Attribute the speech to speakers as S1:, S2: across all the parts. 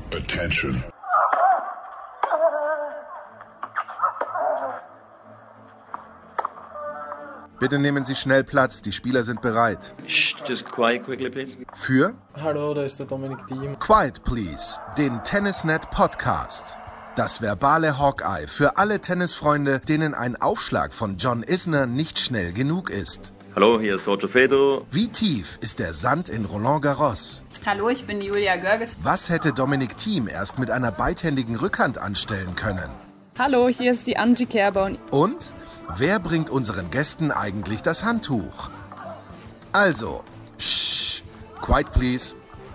S1: Attention.
S2: Bitte nehmen Sie schnell Platz, die Spieler sind bereit.
S3: Just quiet quickly, please.
S2: Für
S4: Hallo, da ist der Dominik Thiem.
S2: Quiet Please, den Tennisnet Podcast. Das verbale Hawkeye für alle Tennisfreunde, denen ein Aufschlag von John Isner nicht schnell genug ist.
S3: Hallo, hier ist Roger Federer.
S2: Wie tief ist der Sand in Roland Garros?
S5: Hallo, ich bin Julia Görges.
S2: Was hätte Dominik Thiem erst mit einer beidhändigen Rückhand anstellen können?
S6: Hallo, hier ist die Angie Kerber.
S2: Und wer bringt unseren Gästen eigentlich das Handtuch? Also, quiet please.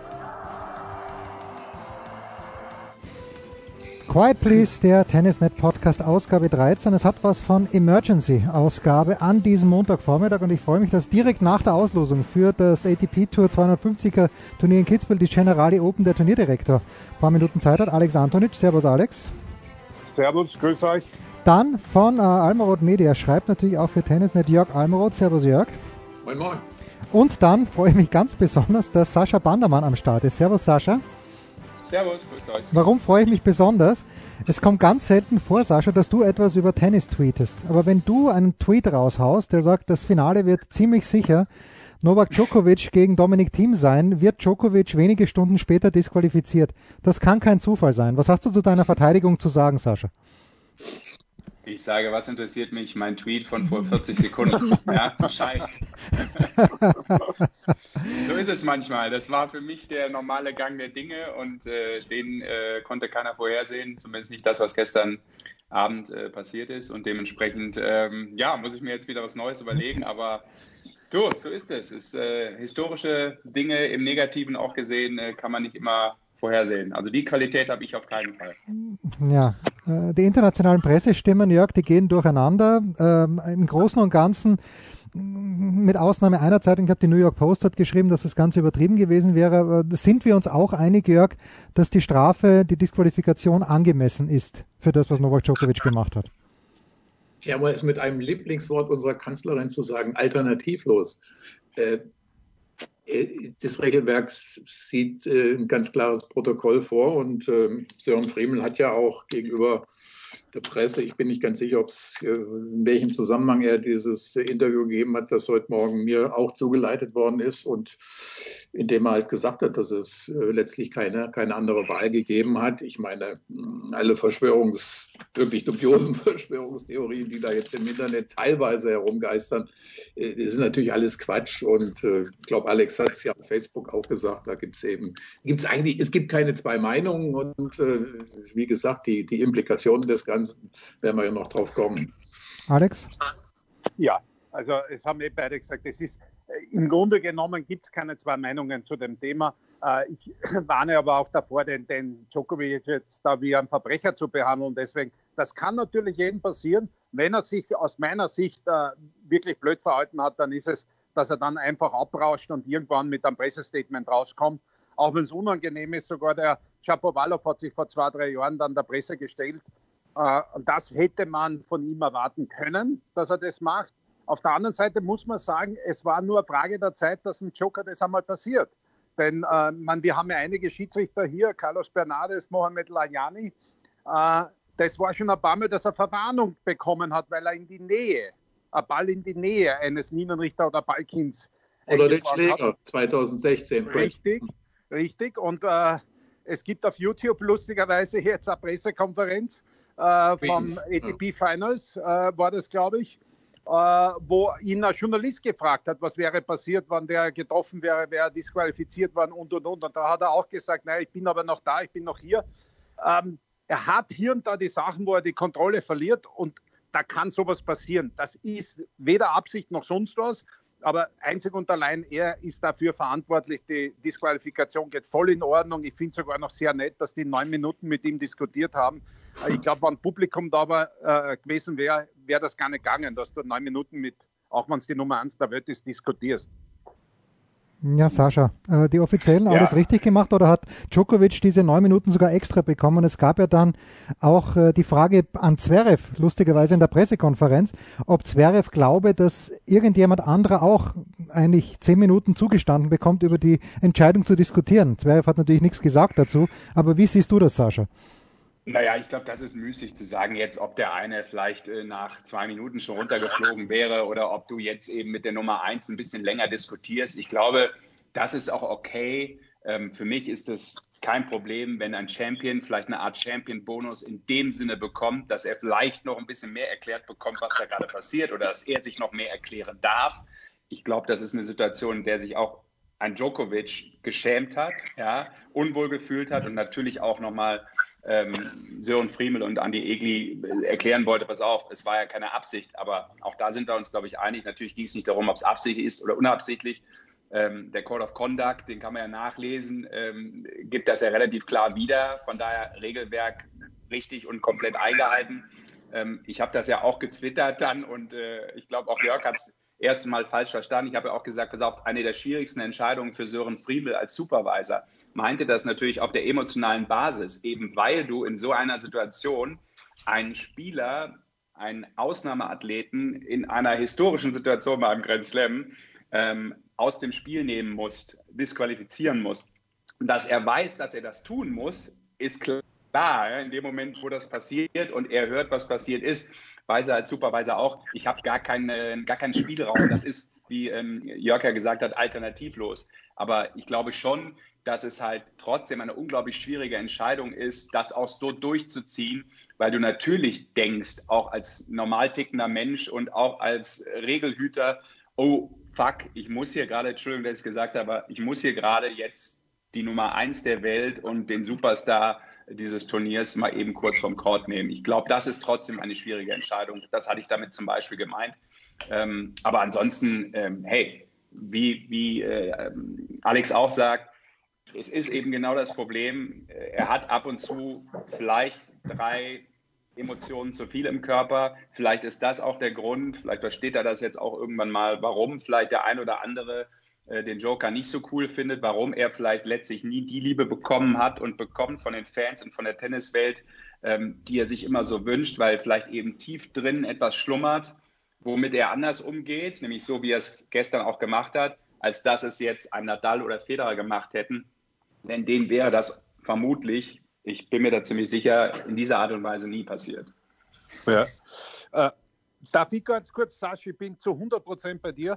S7: Quiet Please, der Tennisnet Podcast Ausgabe 13. Es hat was von Emergency Ausgabe an diesem Montagvormittag und ich freue mich, dass direkt nach der Auslosung für das ATP Tour 250er Turnier in Kitzbühel die Generali Open der Turnierdirektor ein paar Minuten Zeit hat. Alex Antonic, servus Alex.
S8: Servus, grüß euch.
S7: Dann von Almaroth Media, schreibt natürlich auch für Tennisnet Jörg Almaroth. Servus Jörg.
S8: Moin moin.
S7: Und dann freue ich mich ganz besonders, dass Sascha Bandermann am Start ist. Servus Sascha.
S8: Servus, grüß euch.
S7: Warum freue ich mich besonders? Es kommt ganz selten vor, Sascha, dass du etwas über Tennis tweetest. Aber wenn du einen Tweet raushaust, der sagt, das Finale wird ziemlich sicher Novak Djokovic gegen Dominik Thiem sein, wird Djokovic wenige Stunden später disqualifiziert. Das kann kein Zufall sein. Was hast du zu deiner Verteidigung zu sagen, Sascha?
S9: Ich sage, was interessiert mich? Mein Tweet von vor 40 Sekunden. Ja, scheiße. So ist es manchmal. Das war für mich der normale Gang der Dinge und den konnte keiner vorhersehen. Zumindest nicht das, was gestern Abend passiert ist. Und dementsprechend, muss ich mir jetzt wieder was Neues überlegen. Aber du, so ist es. Historische Dinge im Negativen auch gesehen, kann man nicht immer vorhersehen. Also die Qualität habe ich auf keinen Fall.
S7: Ja, die internationalen Pressestimmen, Jörg, die gehen durcheinander. Im Großen und Ganzen, mit Ausnahme einer Zeitung, ich glaube, die New York Post hat geschrieben, dass das Ganze übertrieben gewesen wäre. Sind wir uns auch einig, Jörg, dass die Strafe, die Disqualifikation angemessen ist für das, was Novak Djokovic gemacht hat?
S10: Ja, aber es mit einem Lieblingswort unserer Kanzlerin zu sagen, alternativlos. Das Regelwerk sieht ein ganz klares Protokoll vor und Sören Friemel hat ja auch gegenüber der Presse, ich bin nicht ganz sicher, in welchem Zusammenhang er dieses Interview gegeben hat, das heute Morgen mir auch zugeleitet worden ist und in dem er halt gesagt hat, dass es letztlich keine andere Wahl gegeben hat. Ich meine, alle wirklich dubiosen Verschwörungstheorien, die da jetzt im Internet teilweise herumgeistern, das ist natürlich alles Quatsch und ich glaube, Alex hat es ja auf Facebook auch gesagt, da es gibt keine zwei Meinungen und wie gesagt, die Implikationen des Ganzen werden wir ja noch drauf kommen.
S7: Alex?
S8: Ja, also es haben beide gesagt, im Grunde genommen gibt es keine zwei Meinungen zu dem Thema. Ich warne aber auch davor, den Djokovic jetzt da wie ein Verbrecher zu behandeln. Deswegen, das kann natürlich jedem passieren. Wenn er sich aus meiner Sicht wirklich blöd verhalten hat, dann ist es, dass er dann einfach abrauscht und irgendwann mit einem Pressestatement rauskommt. Auch wenn es unangenehm ist, sogar der Shapovalov hat sich vor 2-3 Jahren dann der Presse gestellt. Und das hätte man von ihm erwarten können, dass er das macht. Auf der anderen Seite muss man sagen, es war nur eine Frage der Zeit, dass ein Joker das einmal passiert. Denn wir haben ja einige Schiedsrichter hier, Carlos Bernardes, Mohamed Lajani. Das war schon ein paar Mal, dass er Verwarnung bekommen hat, weil er ein Ball in die Nähe eines Linienrichter oder Ballkins.
S10: Oder den Schläger hat. 2016.
S8: Richtig. Und es gibt auf YouTube lustigerweise jetzt eine Pressekonferenz vom ATP Finals, war das, glaube ich, wo ihn ein Journalist gefragt hat, was wäre passiert, wann der getroffen wäre, wäre disqualifiziert worden und. Und da hat er auch gesagt, nein, ich bin aber noch da, ich bin noch hier. Er hat hier und da die Sachen, wo er die Kontrolle verliert und da kann sowas passieren. Das ist weder Absicht noch sonst was, aber einzig und allein er ist dafür verantwortlich. Die Disqualifikation geht voll in Ordnung. Ich finde sogar noch sehr nett, dass die 9 Minuten mit ihm diskutiert haben. Ich glaube, wenn Publikum da aber gewesen wäre, wäre das gar nicht gegangen, dass du 9 Minuten mit, auch wenn es die Nummer 1 der Welt ist, diskutierst.
S7: Ja, Sascha, die Offiziellen alles richtig gemacht oder hat Djokovic diese 9 Minuten sogar extra bekommen? Es gab ja dann auch die Frage an Zverev, lustigerweise in der Pressekonferenz, ob Zverev glaube, dass irgendjemand anderer auch eigentlich 10 Minuten zugestanden bekommt, über die Entscheidung zu diskutieren. Zverev hat natürlich nichts gesagt dazu, aber wie siehst du das, Sascha?
S9: Naja, ich glaube, das ist müßig zu sagen jetzt, ob der eine vielleicht nach 2 Minuten schon runtergeflogen wäre oder ob du jetzt eben mit der Nummer 1 ein bisschen länger diskutierst. Ich glaube, das ist auch okay. Für mich ist es kein Problem, wenn ein Champion vielleicht eine Art Champion-Bonus in dem Sinne bekommt, dass er vielleicht noch ein bisschen mehr erklärt bekommt, was da gerade passiert oder dass er sich noch mehr erklären darf. Ich glaube, das ist eine Situation, in der sich auch ein Djokovic geschämt hat, ja, unwohl gefühlt hat und natürlich auch nochmal Sören Friemel und Andi Egli erklären wollte, pass auf, es war ja keine Absicht, aber auch da sind wir uns, glaube ich, einig. Natürlich ging es nicht darum, ob es absichtlich ist oder unabsichtlich. Der Code of Conduct, den kann man ja nachlesen, gibt das ja relativ klar wieder. Von daher Regelwerk richtig und komplett eingehalten. Ich habe das ja auch getwittert dann und ich glaube auch Jörg hat es erste Mal falsch verstanden. Ich habe ja auch gesagt, pass auf, eine der schwierigsten Entscheidungen für Sören Friemel als Supervisor meinte das natürlich auf der emotionalen Basis, eben weil du in so einer Situation einen Spieler, einen Ausnahmeathleten in einer historischen Situation bei einem Grand Slam aus dem Spiel nehmen musst, disqualifizieren musst. Und dass er weiß, dass er das tun muss, ist klar. Ja, in dem Moment, wo das passiert und er hört, was passiert ist, weiß er als Supervisor auch, ich habe gar keinen Spielraum. Das ist, wie Jörg ja gesagt hat, alternativlos. Aber ich glaube schon, dass es halt trotzdem eine unglaublich schwierige Entscheidung ist, das auch so durchzuziehen, weil du natürlich denkst, auch als normal tickender Mensch und auch als Regelhüter, oh, fuck, ich muss hier gerade, Entschuldigung, dass ich es gesagt habe, aber ich muss hier gerade jetzt die Nummer 1 der Welt und den Superstar dieses Turniers mal eben kurz vom Court nehmen. Ich glaube, das ist trotzdem eine schwierige Entscheidung. Das hatte ich damit zum Beispiel gemeint. Aber ansonsten, hey, wie Alex auch sagt, es ist eben genau das Problem. Er hat ab und zu vielleicht 3 Emotionen zu viel im Körper. Vielleicht ist das auch der Grund. Vielleicht versteht er das jetzt auch irgendwann mal, warum vielleicht der ein oder andere den Joker nicht so cool findet, warum er vielleicht letztlich nie die Liebe bekommen hat und bekommt von den Fans und von der Tenniswelt, die er sich immer so wünscht, weil vielleicht eben tief drin etwas schlummert, womit er anders umgeht, nämlich so, wie er es gestern auch gemacht hat, als dass es jetzt ein Nadal oder Federer gemacht hätten. Denn denen wäre das vermutlich, ich bin mir da ziemlich sicher, in dieser Art und Weise nie passiert.
S8: Ja. Darf ich ganz kurz, Sascha, ich bin zu 100% bei dir.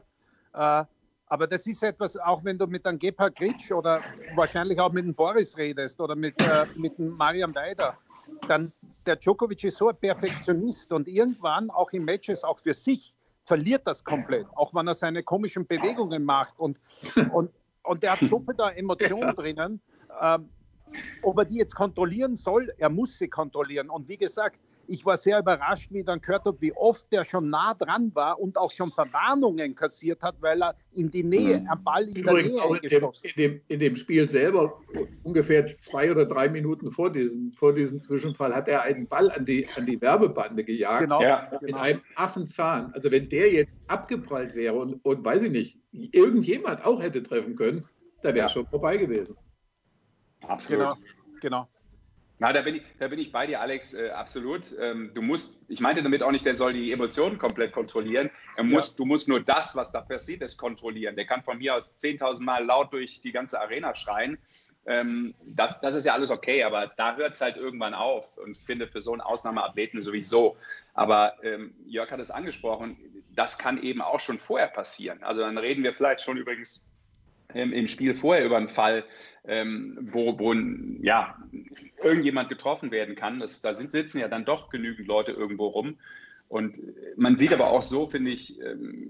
S8: Aber das ist etwas, auch wenn du mit einem Gebhard Gritsch oder wahrscheinlich auch mit dem Boris redest oder mit dem Marian Weider, dann der Djokovic ist so ein Perfektionist und irgendwann auch in Matches, auch für sich, verliert das komplett, auch wenn er seine komischen Bewegungen macht und er hat so viel da Emotionen drinnen, ob er die jetzt kontrollieren soll, er muss sie kontrollieren und wie gesagt, ich war sehr überrascht, wie ich dann gehört habe, wie oft der schon nah dran war und auch schon Verwarnungen kassiert hat, weil er in die Nähe, am Ball in
S10: Übrigens
S8: der Nähe
S10: auch in dem Spiel selber, ungefähr 2 oder 3 Minuten vor diesem Zwischenfall, hat er einen Ball an die Werbebande gejagt.
S8: Genau,
S10: Mit einem Affenzahn. Also wenn der jetzt abgeprallt wäre und weiß ich nicht, irgendjemand auch hätte treffen können, da wäre schon vorbei gewesen.
S9: Absolut.
S8: Genau.
S9: Na, da bin ich bei dir, Alex, absolut. Ich meinte damit auch nicht, der soll die Emotionen komplett kontrollieren. Du musst nur das, was da passiert ist, kontrollieren. Der kann von mir aus 10.000 Mal laut durch die ganze Arena schreien. Das ist ja alles okay, aber da hört es halt irgendwann auf und ich finde für so einen Ausnahmeathleten sowieso. Aber Jörg hat es angesprochen, das kann eben auch schon vorher passieren. Also dann reden wir vielleicht schon übrigens im Spiel vorher über einen Fall, wo irgendjemand getroffen werden kann. Da sitzen ja dann doch genügend Leute irgendwo rum. Und man sieht aber auch so, finde ich,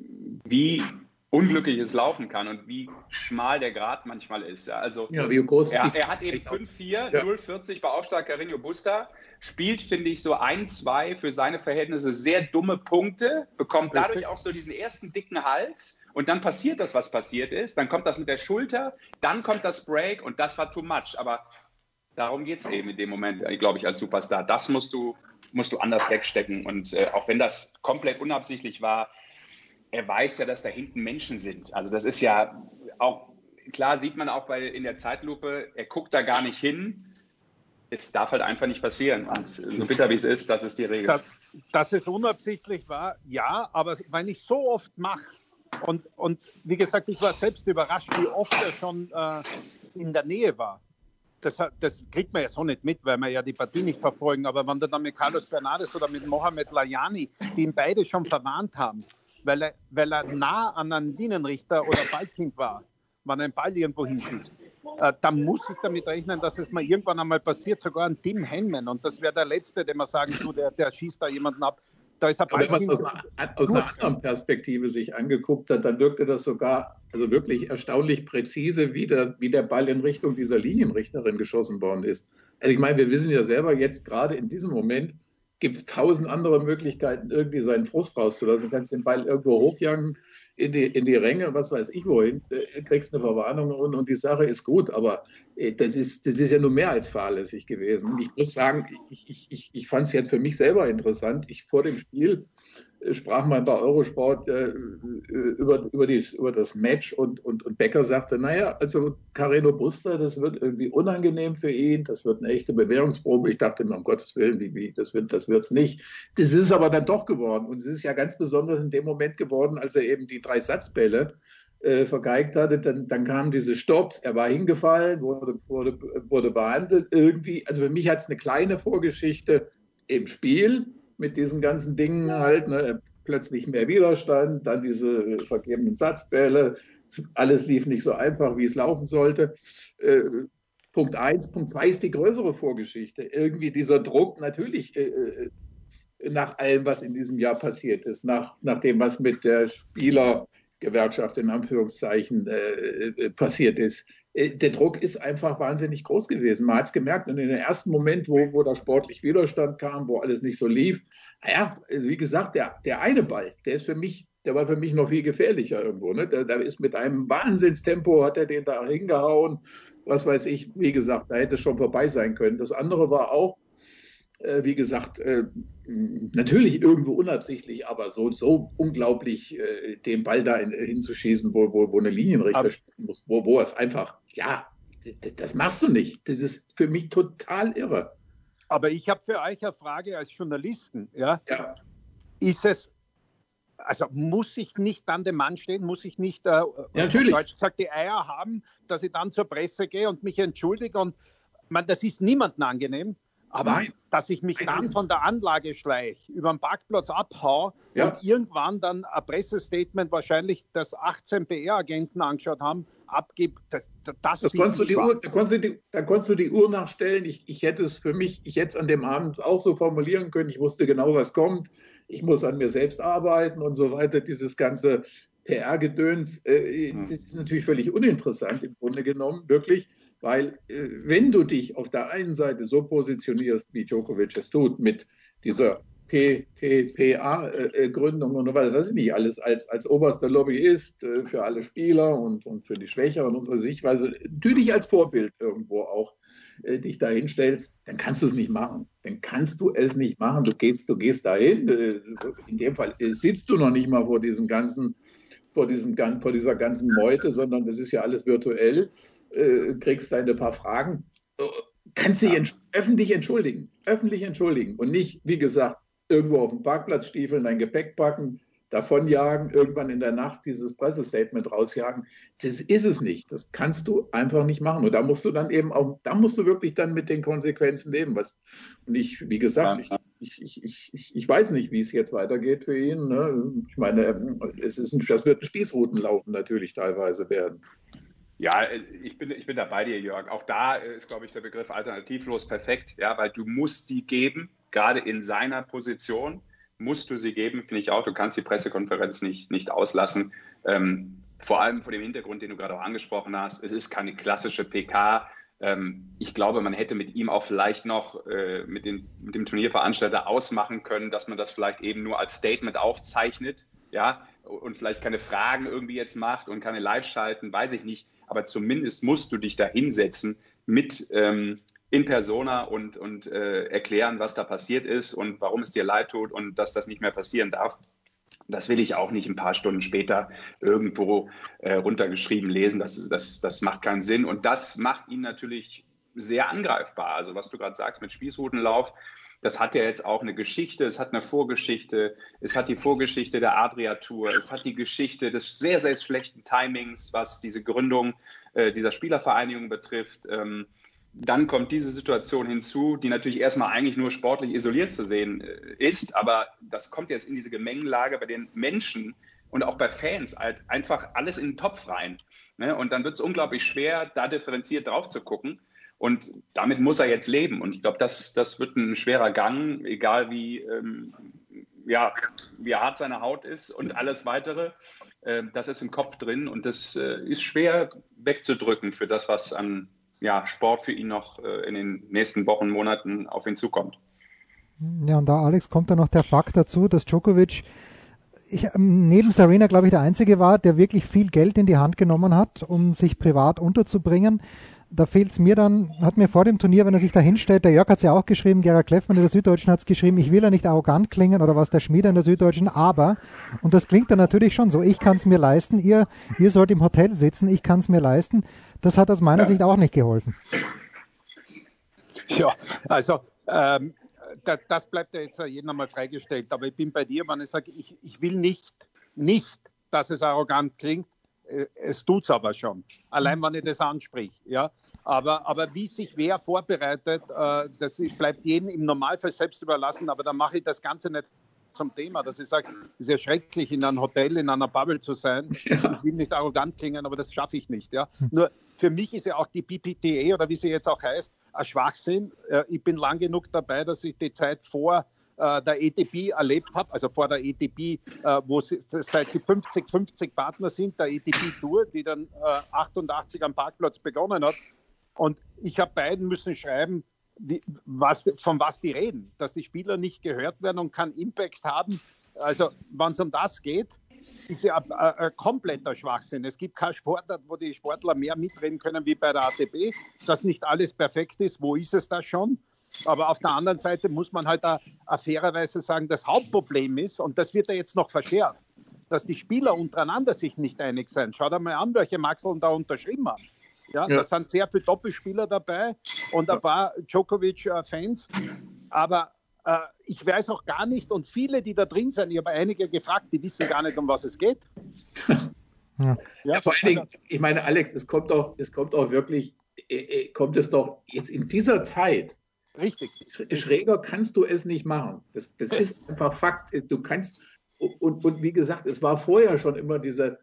S9: wie unglücklich es laufen kann und wie schmal der Grat manchmal ist. Also
S10: wie groß
S9: er hat eben 5-4, 0,40 bei Aufschlag Carreño Busta, spielt, finde ich, so 1-2 für seine Verhältnisse sehr dumme Punkte, bekommt dadurch auch so diesen ersten dicken Hals und dann passiert das, was passiert ist. Dann kommt das mit der Schulter, dann kommt das Break und das war too much. Aber darum geht es eben in dem Moment, glaube ich, als Superstar. Das musst du anders wegstecken. Und auch wenn das komplett unabsichtlich war, er weiß ja, dass da hinten Menschen sind. Also das ist ja auch klar sieht man auch in der Zeitlupe, er guckt da gar nicht hin. Es darf halt einfach nicht passieren. Und so bitter wie es ist, das ist die Regel.
S8: Dass es unabsichtlich war, ja, aber wenn ich so oft mache, und wie gesagt, ich war selbst überrascht, wie oft er schon in der Nähe war. Das kriegt man ja so nicht mit, weil wir ja die Partie nicht verfolgen. Aber wenn du dann mit Carlos Bernardes oder mit Mohamed Lajani, die ihn beide schon verwarnt haben, weil er nah an einem Linienrichter oder Ballkind war, wenn ein Ball irgendwo hinschießt, dann muss ich damit rechnen, dass es mal irgendwann einmal passiert, sogar ein Tim Henman. Und das wäre der Letzte, dem man sagen würde, der schießt da jemanden ab. Da ist
S10: wenn man es aus einer anderen Perspektive sich angeguckt hat, dann wirkte das sogar also wirklich erstaunlich präzise, wie der Ball in Richtung dieser Linienrichterin geschossen worden ist. Also ich meine, wir wissen ja selber, jetzt gerade in diesem Moment gibt es 1000 andere Möglichkeiten, irgendwie seinen Frust rauszulassen. Du kannst den Ball irgendwo hochjagen in die Ränge, was weiß ich wohin, kriegst eine Verwarnung und die Sache ist gut. Aber das ist ja nur mehr als fahrlässig gewesen. Ich muss sagen, ich fand es jetzt für mich selber interessant. Vor dem Spiel sprach man bei Eurosport über das Match und Becker sagte, naja, also Carreno Busta, das wird irgendwie unangenehm für ihn, das wird eine echte Bewährungsprobe. Ich dachte mir, um Gottes Willen, das wird's nicht. Das ist aber dann doch geworden und es ist ja ganz besonders in dem Moment geworden, als er eben die 3 Satzbälle vergeigt hatte, dann kamen diese Stopps, er war hingefallen, wurde behandelt irgendwie. Also für mich hat es eine kleine Vorgeschichte im Spiel, mit diesen ganzen Dingen halt, ne, plötzlich mehr Widerstand, dann diese vergebenen Satzbälle, alles lief nicht so einfach, wie es laufen sollte. Punkt 1. Punkt 2 ist die größere Vorgeschichte. Irgendwie dieser Druck natürlich nach allem, was in diesem Jahr passiert ist, nach dem, was mit der Spielergewerkschaft in Anführungszeichen passiert ist. Der Druck ist einfach wahnsinnig groß gewesen. Man hat es gemerkt. Und in dem ersten Moment, wo da sportlich Widerstand kam, wo alles nicht so lief, naja, wie gesagt, der eine Ball, der war für mich noch viel gefährlicher irgendwo. Ne? Da ist mit einem Wahnsinnstempo, hat er den da hingehauen. Was weiß ich, wie gesagt, da hätte es schon vorbei sein können. Das andere war auch, wie gesagt, natürlich irgendwo unabsichtlich, aber so unglaublich den Ball da hinzuschießen, wo eine Linienrichter stehen muss, wo es einfach, ja, das machst du nicht. Das ist für mich total irre.
S8: Aber ich habe für euch eine Frage als Journalisten. Ja? Ist es, also muss ich nicht an dem Mann stehen, muss ich nicht,
S10: natürlich,
S8: Deutsch gesagt, die Eier haben, dass ich dann zur Presse gehe und mich entschuldige und das ist niemandem angenehm. Aber nein, dass ich mich dann von der Anlage schleiche, über den Parkplatz abhau und irgendwann dann ein Pressestatement, wahrscheinlich das 18 PR-Agenten angeschaut haben, abgibt, das
S10: konntest da konntest du die Uhr nachstellen. Ich hätte es an dem Abend auch so formulieren können. Ich wusste genau, was kommt. Ich muss an mir selbst arbeiten und so weiter. Dieses ganze PR-Gedöns, das ist natürlich völlig uninteressant im Grunde genommen, wirklich. Weil wenn du dich auf der einen Seite so positionierst, wie Djokovic es tut, mit dieser PA-Gründung und was weiß ich nicht, alles als oberster Lobbyist für alle Spieler und für die Schwächeren und so Sichtweise, natürlich als Vorbild irgendwo auch dich da hinstellst, dann kannst du es nicht machen. Dann kannst du es nicht machen. Du gehst dahin. In dem Fall sitzt du noch nicht mal vor dieser ganzen Meute, sondern das ist ja alles virtuell. Kriegst deine paar Fragen, kannst dich öffentlich entschuldigen und nicht, wie gesagt, irgendwo auf dem Parkplatz stiefeln, dein Gepäck packen, davonjagen, irgendwann in der Nacht dieses Pressestatement rausjagen. Das ist es nicht. Das kannst du einfach nicht machen. Und da musst du dann eben auch, wirklich dann mit den Konsequenzen leben. Und wie gesagt, ich weiß nicht, wie es jetzt weitergeht für ihn. Ne? Ich meine, das wird ein Spießrutenlaufen natürlich teilweise werden.
S9: Ja, ich bin da bei dir, Jörg. Auch da ist, glaube ich, der Begriff alternativlos perfekt, ja, weil du musst die geben, gerade in seiner Position musst du sie geben, finde ich auch. Du kannst die Pressekonferenz nicht auslassen. Vor allem vor dem Hintergrund, den du gerade auch angesprochen hast. Es ist keine klassische PK. Ich glaube, man hätte mit ihm auch vielleicht noch mit dem Turnierveranstalter ausmachen können, dass man das vielleicht eben nur als Statement aufzeichnet, ja, und vielleicht keine Fragen irgendwie jetzt macht und keine Live schalten, weiß ich nicht. Aber zumindest musst du dich da hinsetzen mit in persona und erklären, was da passiert ist und warum es dir leid tut und dass das nicht mehr passieren darf. Das will ich auch nicht ein paar Stunden später irgendwo runtergeschrieben lesen. Das macht keinen Sinn. Und das macht ihn natürlich sehr angreifbar. Also was du gerade sagst mit Spießrutenlauf, das hat ja jetzt auch eine Geschichte, es hat eine Vorgeschichte, es hat die Vorgeschichte der Adria-Tour, es hat die Geschichte des sehr, sehr schlechten Timings, was diese Gründung dieser Spielervereinigung betrifft. Dann kommt diese Situation hinzu, die natürlich erstmal eigentlich nur sportlich isoliert zu sehen ist, aber das kommt jetzt in diese Gemengelage bei den Menschen und auch bei Fans halt einfach alles in den Topf rein. Ne? Und dann wird es unglaublich schwer, da differenziert drauf zu gucken. Und damit muss er jetzt leben. Und ich glaube, das wird ein schwerer Gang, egal wie hart seine Haut ist und alles Weitere. Das ist im Kopf drin und das ist schwer wegzudrücken für das, was an Sport für ihn noch in den nächsten Wochen, Monaten auf ihn zukommt.
S7: Ja, und da, Alex, kommt dann noch der Fakt dazu, dass Djokovic neben Serena, glaube ich, der Einzige war, der wirklich viel Geld in die Hand genommen hat, um sich privat unterzubringen. Da fehlt es mir dann, hat mir vor dem Turnier, wenn er sich da hinstellt, der Jörg hat es ja auch geschrieben, Gerhard Kleffmann in der Süddeutschen hat es geschrieben, ich will ja nicht arrogant klingen oder was der Schmied in der Süddeutschen, aber, und das klingt dann natürlich schon so, ich kann es mir leisten, ihr sollt im Hotel sitzen, ich kann es mir leisten, das hat aus meiner Sicht auch nicht geholfen.
S8: Ja, also das bleibt ja jetzt jedem einmal freigestellt, aber ich bin bei dir, wenn ich sage, ich will nicht, dass es arrogant klingt, es tut es aber schon, allein wenn ich das anspreche. Ja? Aber wie sich wer vorbereitet, bleibt jedem im Normalfall selbst überlassen, aber dann mache ich das Ganze nicht zum Thema, dass ich sage, es ist ja schrecklich, in einem Hotel, in einer Bubble zu sein. Ja. Ich will nicht arrogant klingen, aber das schaffe ich nicht. Ja? Nur für mich ist ja auch die PPTA oder wie sie jetzt auch heißt, ein Schwachsinn. Ich bin lang genug dabei, dass ich die Zeit vor der ATP erlebt habe, also vor der ATP, wo seit sie 50 Partner sind, der ATP-Tour, die dann 88 am Parkplatz begonnen hat. Und ich habe beiden müssen schreiben, von was die reden, dass die Spieler nicht gehört werden und keinen Impact haben. Also wenn es um das geht, ist ja ein kompletter Schwachsinn. Es gibt keinen Sportart, wo die Sportler mehr mitreden können wie bei der ATP. Dass nicht alles perfekt ist, wo ist es da schon? Aber auf der anderen Seite muss man halt auch fairerweise sagen, das Hauptproblem ist, und das wird ja jetzt noch verschärft, dass die Spieler untereinander sich nicht einig sind. Schaut einmal an, welche Maxeln da unterschrieben haben. Ja. Da sind sehr viele Doppelspieler dabei und ein paar Djokovic-Fans. Aber ich weiß auch gar nicht, und viele, die da drin sind, ich habe einige gefragt, die wissen gar nicht, um was es geht.
S10: Ja, vor allen Dingen, ich meine, Alex, es kommt doch wirklich, kommt es doch jetzt in dieser Zeit.
S8: Richtig.
S10: Schräger kannst du es nicht machen. Das ist einfach Fakt. Du kannst, und wie gesagt, es war vorher schon immer dieser,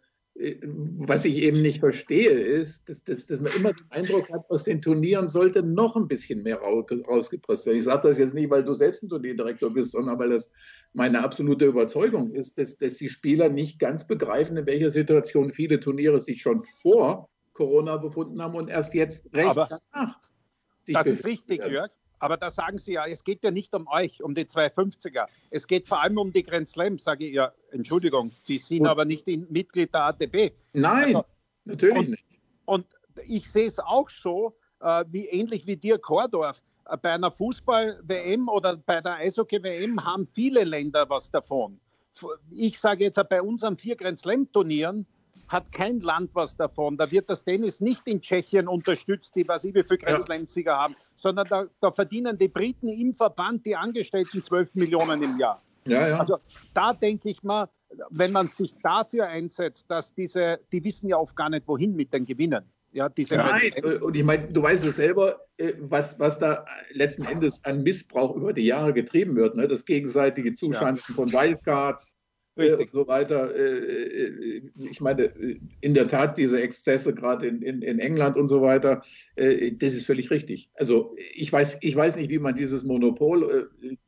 S10: was ich eben nicht verstehe, ist, dass man immer den Eindruck hat, aus den Turnieren sollte noch ein bisschen mehr rausgepresst werden. Ich sage das jetzt nicht, weil du selbst ein Turnierdirektor bist, sondern weil das meine absolute Überzeugung ist, dass die Spieler nicht ganz begreifen, in welcher Situation viele Turniere sich schon vor Corona befunden haben und erst jetzt recht danach.
S8: Das ist richtig, Jörg. Aber da sagen Sie ja, es geht ja nicht um euch, um die 250er. Es geht vor allem um die Grand Slams, sage ich ja. Entschuldigung, Sie sind aber nicht Mitglied der ATP.
S10: Nein, also, natürlich nicht.
S8: Und ich sehe es auch so, ähnlich wie dir, Kordorf. Bei einer Fußball-WM oder bei der Eishockey-WM haben viele Länder was davon. Ich sage jetzt, bei unseren 4 Grand Slam-Turnieren hat kein Land was davon. Da wird das Tennis nicht in Tschechien unterstützt, die was ich wie viele Grand Slam-Sieger haben, sondern da verdienen die Briten im Verband, die Angestellten 12 Millionen im Jahr.
S10: Ja.
S8: Also da denke ich mal, wenn man sich dafür einsetzt, dass die wissen ja oft gar nicht, wohin mit den Gewinnen. Ja,
S10: Nein, und ich meine, du weißt es selber, was da letzten Endes an Missbrauch über die Jahre getrieben wird. Ne? Das gegenseitige Zuschanzen von Wildcards und so weiter. Ich meine, in der Tat, diese Exzesse gerade in England und so weiter, das ist völlig richtig. Also ich weiß nicht, wie man dieses Monopol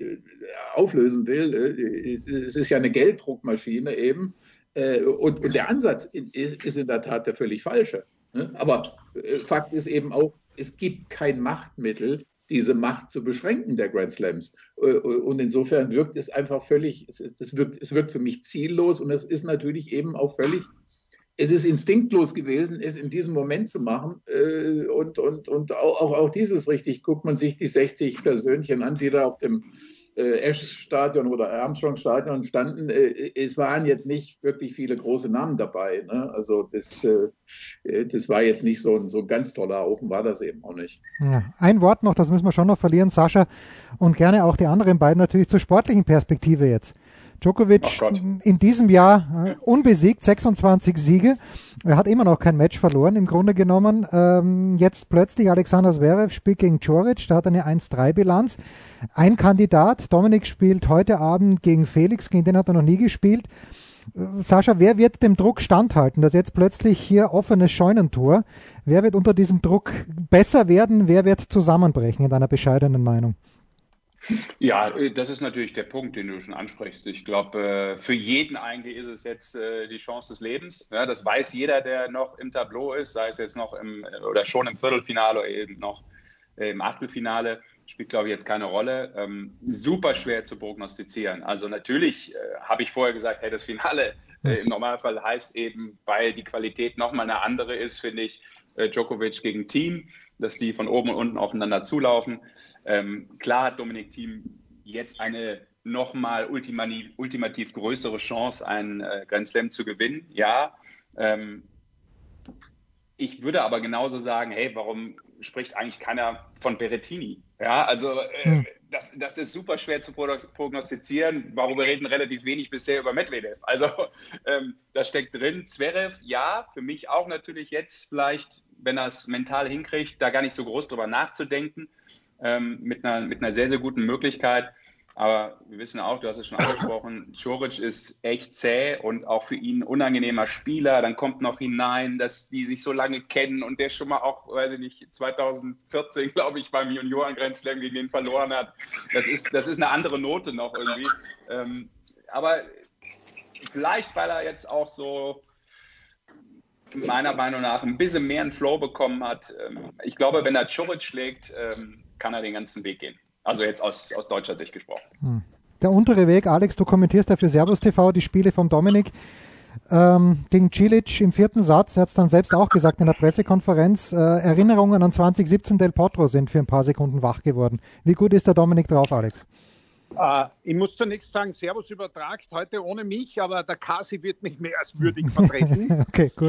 S10: auflösen will. Es ist ja eine Gelddruckmaschine eben. Und der Ansatz ist in der Tat der völlig falsche. Aber Fakt ist eben auch, es gibt kein Machtmittel, diese Macht zu beschränken der Grand Slams. Und insofern wirkt es einfach völlig, es wirkt für mich ziellos und es ist natürlich eben auch völlig, es ist instinktlos gewesen, es in diesem Moment zu machen. Und auch dieses richtig, guckt man sich die 60 Persönchen an, die da auf dem Ashes-Stadion oder Armstrong-Stadion standen, es waren jetzt nicht wirklich viele große Namen dabei. Ne? Also das war jetzt nicht so ein ganz toller Haufen, war das eben auch nicht.
S7: Ja, ein Wort noch, das müssen wir schon noch verlieren, Sascha, und gerne auch die anderen beiden natürlich zur sportlichen Perspektive jetzt. Djokovic in diesem Jahr unbesiegt, 26 Siege. Er hat immer noch kein Match verloren, im Grunde genommen. Jetzt plötzlich Alexander Zverev spielt gegen Djoric, da hat er eine 1-3-Bilanz. Ein Kandidat, Dominik, spielt heute Abend gegen Felix, gegen den hat er noch nie gespielt. Sascha, wer wird dem Druck standhalten, dass jetzt plötzlich hier offenes Scheunentor? Wer wird unter diesem Druck besser werden? Wer wird zusammenbrechen, in deiner bescheidenen Meinung?
S9: Ja, das ist natürlich der Punkt, den du schon ansprichst. Ich glaube, für jeden eigentlich ist es jetzt die Chance des Lebens. Ja, das weiß jeder, der noch im Tableau ist, sei es jetzt noch oder schon im Viertelfinale oder eben noch im Achtelfinale. Spielt, glaube ich, jetzt keine Rolle. Super schwer zu prognostizieren. Also natürlich habe ich vorher gesagt, hey, das Finale im Normalfall heißt eben, weil die Qualität nochmal eine andere ist, finde ich, Djokovic gegen Thiem, dass die von oben und unten aufeinander zulaufen. Klar hat Dominic Thiem jetzt eine nochmal ultimativ größere Chance, einen Grand Slam zu gewinnen. Ja, ich würde aber genauso sagen, hey, warum spricht eigentlich keiner von Berrettini? Ja, also das ist super schwer zu prognostizieren. Warum wir reden relativ wenig bisher über Medvedev. Also das steckt drin. Zverev, ja, für mich auch natürlich jetzt vielleicht, wenn er es mental hinkriegt, da gar nicht so groß drüber nachzudenken, mit einer sehr, sehr guten Möglichkeit. Aber wir wissen auch, du hast es schon angesprochen, Djoric ist echt zäh und auch für ihn ein unangenehmer Spieler. Dann kommt noch hinein, dass die sich so lange kennen und der schon mal auch, weiß ich nicht, 2014, glaube ich, beim Junioren Grand Slam gegen den verloren hat. Das ist eine andere Note noch irgendwie. Aber vielleicht, weil er jetzt auch so meiner Meinung nach ein bisschen mehr einen Flow bekommen hat. Ich glaube, wenn er Djoric schlägt, kann er den ganzen Weg gehen. Also jetzt aus deutscher Sicht gesprochen.
S7: Der untere Weg, Alex, du kommentierst ja für Servus TV die Spiele von Dominik gegen Cilic im 4. Satz. Er hat es dann selbst auch gesagt in der Pressekonferenz. Erinnerungen an 2017 Del Potro sind für ein paar Sekunden wach geworden. Wie gut ist der Dominik drauf, Alex?
S8: Ich muss zunächst sagen, Servus übertragt heute ohne mich, aber der Kasi wird mich mehr als würdig vertreten.
S7: Okay, gut.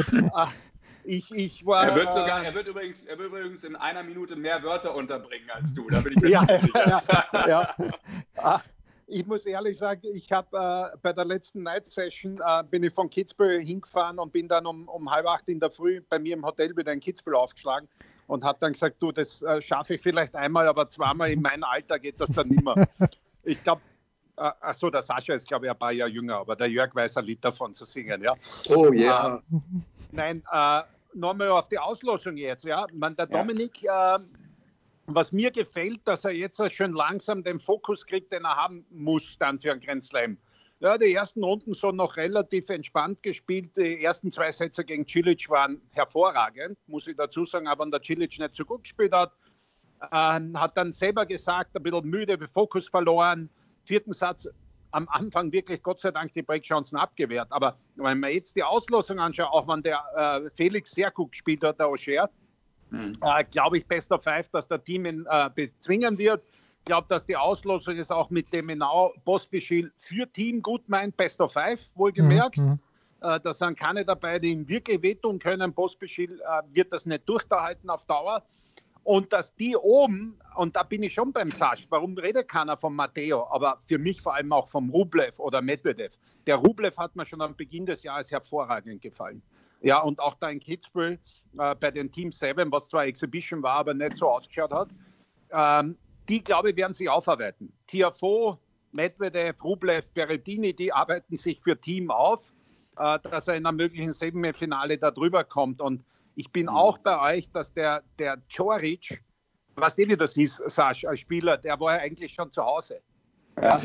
S8: Ich war,
S9: er wird übrigens in einer Minute mehr Wörter unterbringen als du, da bin ich mir nicht sicher.
S8: Ich muss ehrlich sagen, ich habe bei der letzten Night Session bin ich von Kitzbühel hingefahren und bin dann um 7:30 in der Früh bei mir im Hotel wieder in Kitzbühel aufgeschlagen und habe dann gesagt, du, das schaffe ich vielleicht einmal, aber zweimal in meinem Alter geht das dann nicht mehr. Ich glaube, der Sascha ist, glaube ich, ein paar Jahre jünger, aber der Jörg weiß ein Lied davon zu singen, ja.
S10: Oh ja.
S8: Nein, nochmal auf die Auslosung jetzt, ja. Der Dominik, was mir gefällt, dass er jetzt schon langsam den Fokus kriegt, den er haben muss dann für einen Grand Slam. Ja, die ersten Runden so noch relativ entspannt gespielt. Die ersten 2 Sätze gegen Cilic waren hervorragend, muss ich dazu sagen, aber wenn der Cilic nicht so gut gespielt hat, hat dann selber gesagt, ein bisschen müde, Fokus verloren. 4. Satz am Anfang wirklich Gott sei Dank die Breakchancen abgewehrt. Aber wenn man jetzt die Auslosung anschaut, auch wenn der Felix sehr gut gespielt hat, der Auger, glaube ich, Best of 5, dass der Team ihn bezwingen wird. Ich glaube, dass die Auslosung ist auch mit dem Pospischil für Team gut meint, Best of 5, wohlgemerkt. Da sind keine dabei, die ihm wirklich wehtun können. Pospischil wird das nicht durchhalten auf Dauer. Und dass die oben, und da bin ich schon beim Sasch, warum redet keiner von Matteo, aber für mich vor allem auch vom Rublev oder Medvedev. Der Rublev hat mir schon am Beginn des Jahres hervorragend gefallen. Ja, und auch da in Kitzbühel bei den Team 7, was zwar Exhibition war, aber nicht so ausgeschaut hat, die, glaube ich, werden sich aufarbeiten. Tiafoe, Medvedev, Rublev, Berrettini, die arbeiten sich für Team auf, dass er in einem möglichen Semifinale da drüber kommt. Und ich bin auch bei euch, dass der Djoric, was wie das hieß, Sasch, als Spieler, der war ja eigentlich schon zu Hause. Ja.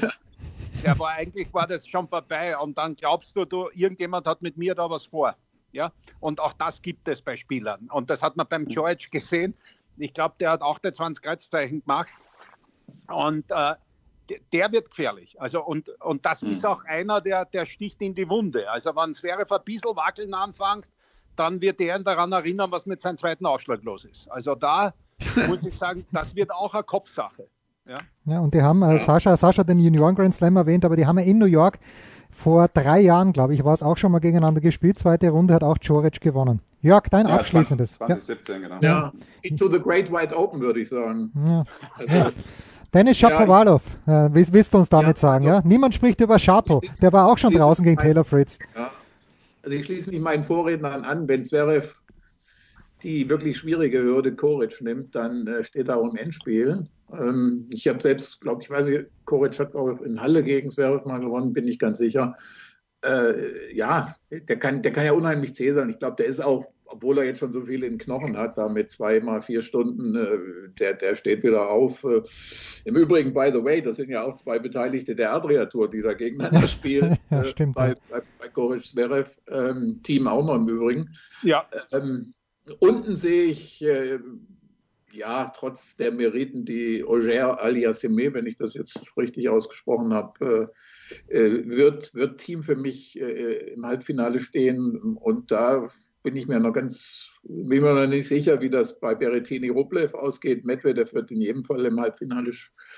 S8: War das schon vorbei. Und dann glaubst du, irgendjemand hat mit mir da was vor. Ja? Und auch das gibt es bei Spielern. Und das hat man beim Djoric gesehen. Ich glaube, der hat auch die 20 Kreuzzeichen gemacht. Und der wird gefährlich. Also, und das ist auch einer, der sticht in die Wunde. Also wenn Zverev ein bisschen wackeln anfängt, dann wird er ihn daran erinnern, was mit seinem zweiten Ausschlag los ist. Also da muss ich sagen, das wird auch eine Kopfsache. Ja.
S7: Ja, und die haben, Sascha den Junioren Grand Slam erwähnt, aber die haben ja in New York vor 3 Jahren, glaube ich, war es auch schon mal gegeneinander gespielt. Zweite Runde hat auch Djoric gewonnen. Jörg, dein abschließendes.
S9: 2017, genau.
S10: Ja, into the great wide open, würde ich sagen.
S7: Ja.
S10: Also,
S7: Dennis Shapovalov, willst du uns damit sagen?
S10: Also,
S7: Ja? Niemand spricht über Shapo, der war auch schon draußen gegen Taylor Fritz.
S10: Ja. Also ich schließe mich meinen Vorrednern an, wenn Zverev die wirklich schwierige Hürde Coric nimmt, dann steht er auch im Endspiel. Ich habe selbst, glaube ich, weiß nicht, Coric hat auch in Halle gegen Zverev mal gewonnen, bin ich ganz sicher. Ja, der kann ja unheimlich zäh sein. Ich glaube, der ist auch, obwohl er jetzt schon so viel in den Knochen hat, da mit 2 mal 4 Stunden, der steht wieder auf. Im Übrigen, by the way, das sind ja auch 2 Beteiligte der Adria-Tour, die da gegeneinander spielen.
S7: Ja, stimmt.
S10: Bei Coric Zverev, Team auch noch im Übrigen.
S8: Ja.
S10: Unten sehe ich, ja, trotz der Meriten, die Auger Aliassime, wenn ich das jetzt richtig ausgesprochen habe, wird Team für mich im Halbfinale stehen. Und da bin ich mir noch nicht sicher, wie das bei Berrettini Rublev ausgeht. Medvedev wird in jedem Fall im Halbfinale,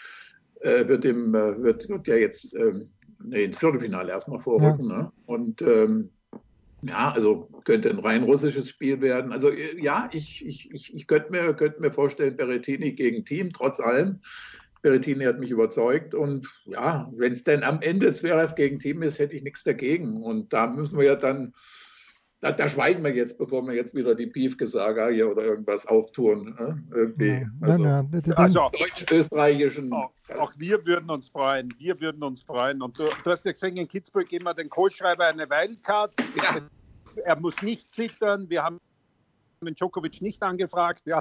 S10: wird ja jetzt ins Viertelfinale erstmal vorrücken. Ja. Ne? Und ja, also könnte ein rein russisches Spiel werden. Also ja, ich könnte mir vorstellen, Berrettini gegen Team, trotz allem. Berrettini hat mich überzeugt und ja, wenn es denn am Ende Zverev gegen Team ist, hätte ich nichts dagegen. Und da müssen wir ja dann, da schweigen wir jetzt, bevor wir jetzt wieder die Piefke-Saga hier oder irgendwas auftun. Irgendwie.
S8: Also
S10: deutsch-österreichischen.
S8: Auch wir würden uns freuen. Und du hast ja gesehen, in Kitzbühel geben wir den Kohlschreiber eine Wildcard. Ja. Er muss nicht zittern. Wir haben den Djokovic nicht angefragt. Ja.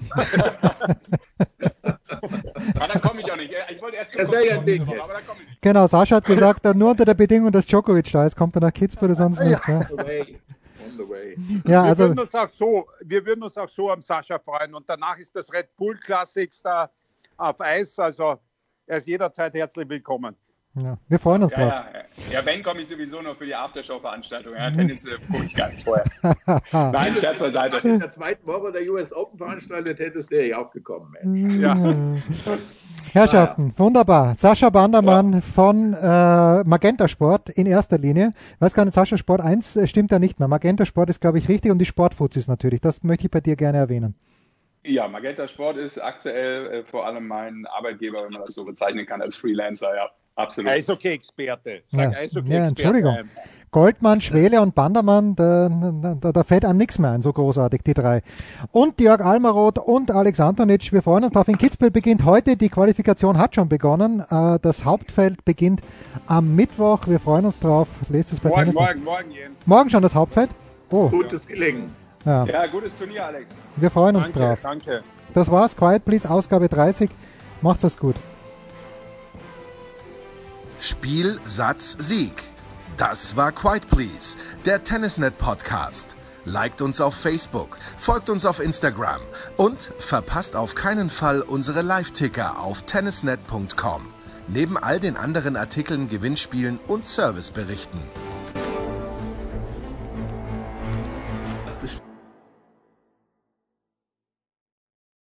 S9: Aber dann komme ich auch nicht. Ich wollte erst
S10: das wäre ja ein Ding.
S9: Aber dann komme ich nicht.
S7: Genau, Sascha hat gesagt, nur unter der Bedingung, dass Djokovic da ist, kommt er nach Kitzbühel, sonst nicht. Ja.
S10: On the way.
S7: Ja,
S8: wir würden uns auch so am Sascha freuen. Und danach ist das Red Bull Classics da auf Eis. Also er ist jederzeit herzlich willkommen.
S7: Ja, wir freuen uns drauf.
S9: Ja, wenn, komme ich sowieso noch für die Aftershow-Veranstaltung. Ja, Tennis gucke ich gar nicht vorher. Nein, Scherz beiseite.
S10: In der zweiten Woche der US Open veranstaltet hättest, wäre ich auch gekommen, Mensch.
S8: Ja.
S7: Herrschaften, wunderbar. Sascha Bandermann von Magenta Sport in erster Linie. Ich weiß gar nicht, Sascha Sport 1 stimmt da nicht mehr. Magenta Sport ist, glaube ich, richtig und die Sportfuzis natürlich. Das möchte ich bei dir gerne erwähnen.
S9: Ja, Magenta Sport ist aktuell vor allem mein Arbeitgeber, wenn man das so bezeichnen kann, als Freelancer, ja. Absolut.
S8: Eishockey-Experte.
S7: Ja, Entschuldigung. Goldmann, Schwele und Bandermann, da fällt einem nichts mehr ein, so großartig, die 3. Und Jörg Almaroth und Alex Antonic, wir freuen uns drauf. In Kitzbühel beginnt heute, die Qualifikation hat schon begonnen. Das Hauptfeld beginnt am Mittwoch. Wir freuen uns drauf. Lest es bei
S8: morgen,
S7: Jens. Morgen schon das Hauptfeld? Oh.
S10: Gutes Gelingen.
S9: Ja, gutes Turnier, Alex.
S7: Wir freuen uns drauf.
S8: Danke.
S7: Das war's. Quiet Please, Ausgabe 30. Macht's es gut.
S2: Spiel, Satz, Sieg. Das war Quiet Please, der Tennisnet Podcast. Liked uns auf Facebook, folgt uns auf Instagram und verpasst auf keinen Fall unsere Live-Ticker auf tennisnet.com. Neben all den anderen Artikeln, Gewinnspielen und Serviceberichten.